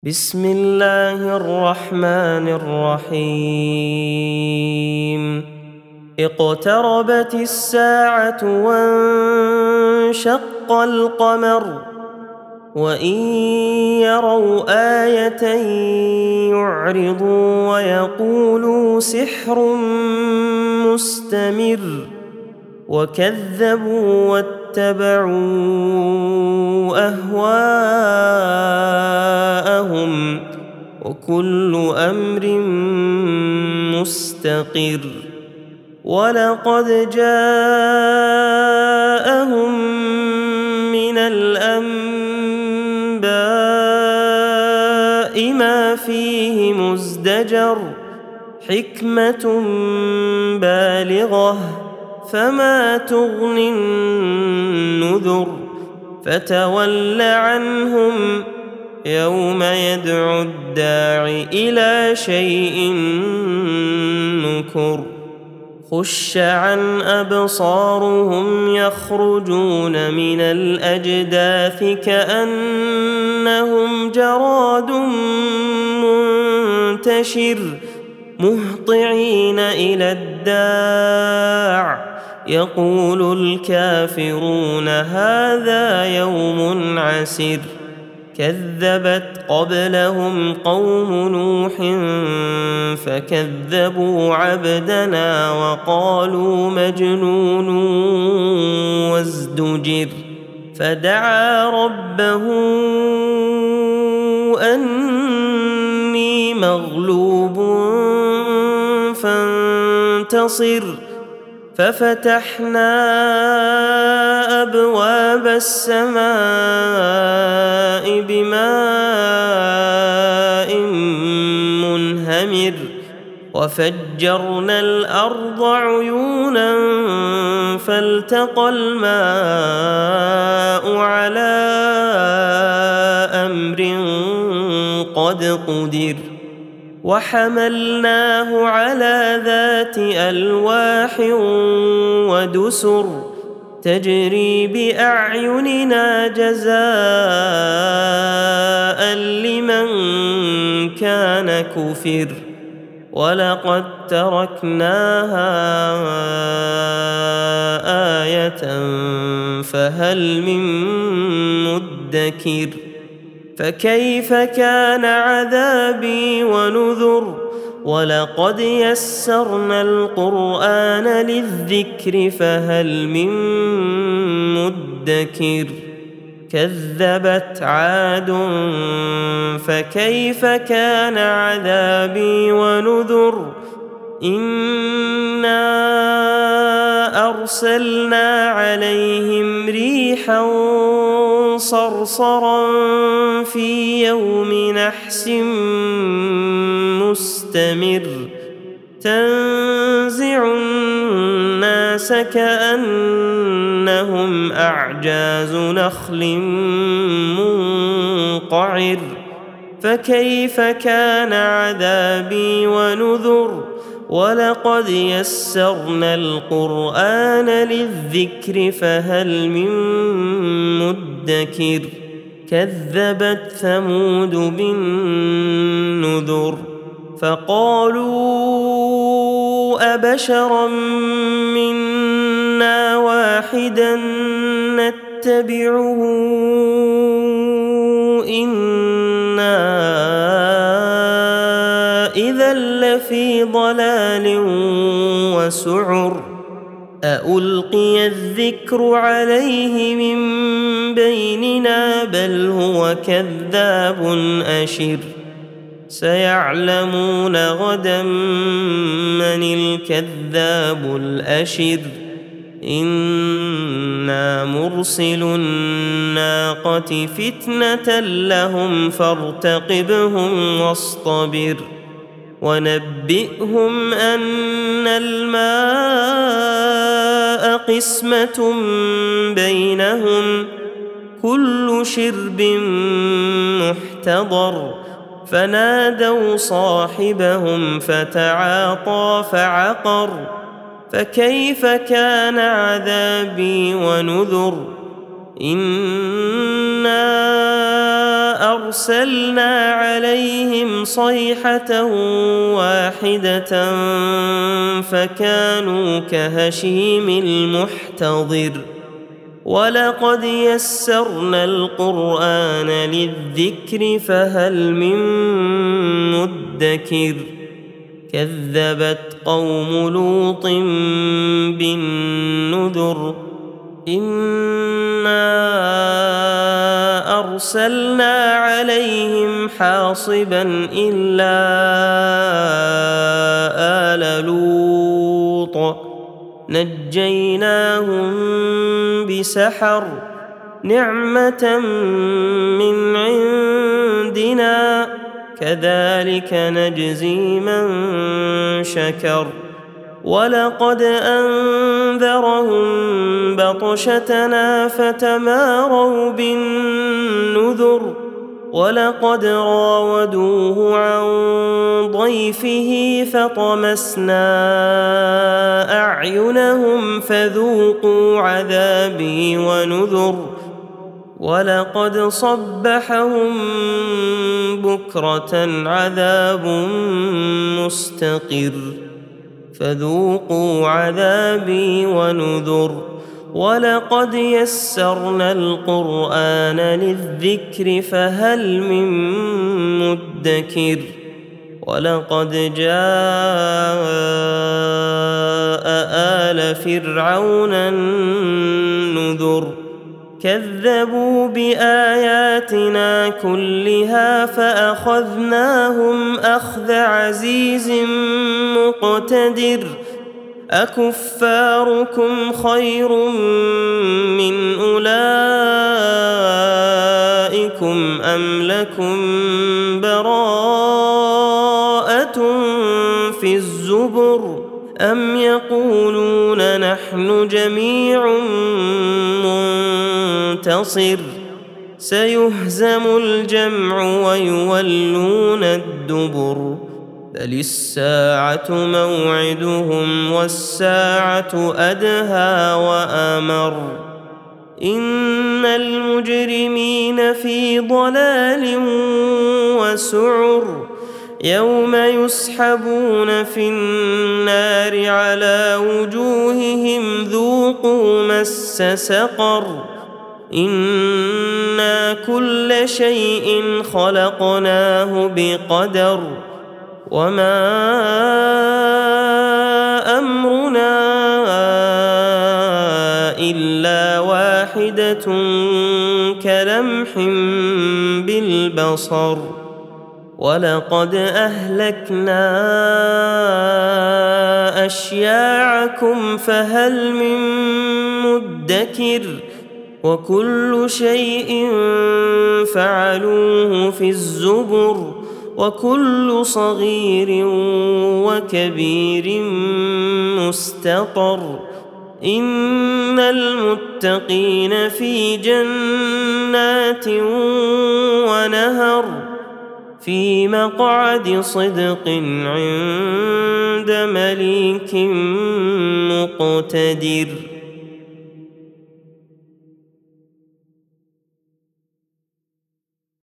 بسم الله الرحمن الرحيم اقتربت الساعة وانشق القمر وإن يروا آية يعرضوا ويقولوا سحر مستمر وكذبوا واتبعوا أهواءهم وكل أمر مستقر ولقد جاءهم من الأنباء ما فيه مزدجر حكمة بالغة فما تغني النذر فتول عنهم يوم يدعو الداع إلى شيء نكر خش عن أبصارهم يخرجون من الأجداث كأنهم جراد منتشر مهطعين إلى الداع يقول الكافرون هذا يوم عسر كذبت قبلهم قوم نوح فكذبوا عبدنا وقالوا مجنون وازدجر فدعا ربه أني مغلوب فانتصر ففتحنا أبواب السماء بماء منهمر وفجرنا الأرض عيونا فالتقى الماء على أمر قد قدر وحملناه على ذات ألواح ودسر تجري بأعيننا جزاء لمن كان كفر ولقد تركناها آية فهل من مدكر فكيف كان عذابي ونذر ولقد يسرنا القرآن للذكر فهل من مدكر كذبت عاد فكيف كان عذابي ونذر إنا أرسلنا عليهم ريحا صرصرا في يوم نحس مستمر تنزع الناس كأنهم أعجاز نخل منقعر فكيف كان عذابي ونذر ولقد يسرنا القرآن للذكر فهل من مدكر كذبت ثمود بالنذر فقالوا أبشرا منا واحدا نتبعه إنا إذا لفي ضلال وسعر أألقي الذكر عليه من بيننا بل هو كذاب أشر سيعلمون غدا من الكذاب الأشر إنا مرسل الناقة فتنة لهم فارتقبهم واصطبر ونبئهم أن الماء قسمة بينهم كل شرب محتضر فنادوا صاحبهم فتعاطى فعقر فكيف كان عذابي ونذر إنا أرسلنا عليهم صيحة واحدة فكانوا كهشيم المحتضر ولقد يسرنا القرآن للذكر فهل من مدكر كذبت قوم لوط بالنذر إنا أرسلنا عليهم حاصبا إلا آل لوط نجيناهم بسحر نعمة من عندنا كذلك نجزي من شكر ولقد أنذرهم بطشتنا فتماروا بالنذر ولقد راودوه عن ضيفه فطمسنا أعينهم فذوقوا عذابي ونذر ولقد صبحهم بكرة عذاب مستقر فذوقوا عذابي ونذر ولقد يسرنا القرآن للذكر فهل من مدكر ولقد جاء آل فرعون النذر كذبوا بآياتنا كلها فأخذناهم أخذ عزيز مقتدر أكفاركم خير من أولئكم أم لكم براءة في الزبر أم يقولون نحن جميع منتصر سيهزم الجمع ويولون الدبر بل الساعة موعدهم والساعة أدهى وأمر إن المجرمين في ضلال وسعر يوم يسحبون في النار على وجوههم ذوقوا مس سقر إنا كل شيء خلقناه بقدر وما أمرنا إلا واحدة كلمح بالبصر ولقد أهلكنا أشياعكم فهل من مدكر وكل شيء فعلوه في الزبر وكل صغير وكبير مستقر إن المتقين في جنات ونهر في مقعد صدق عند مليك مقتدر.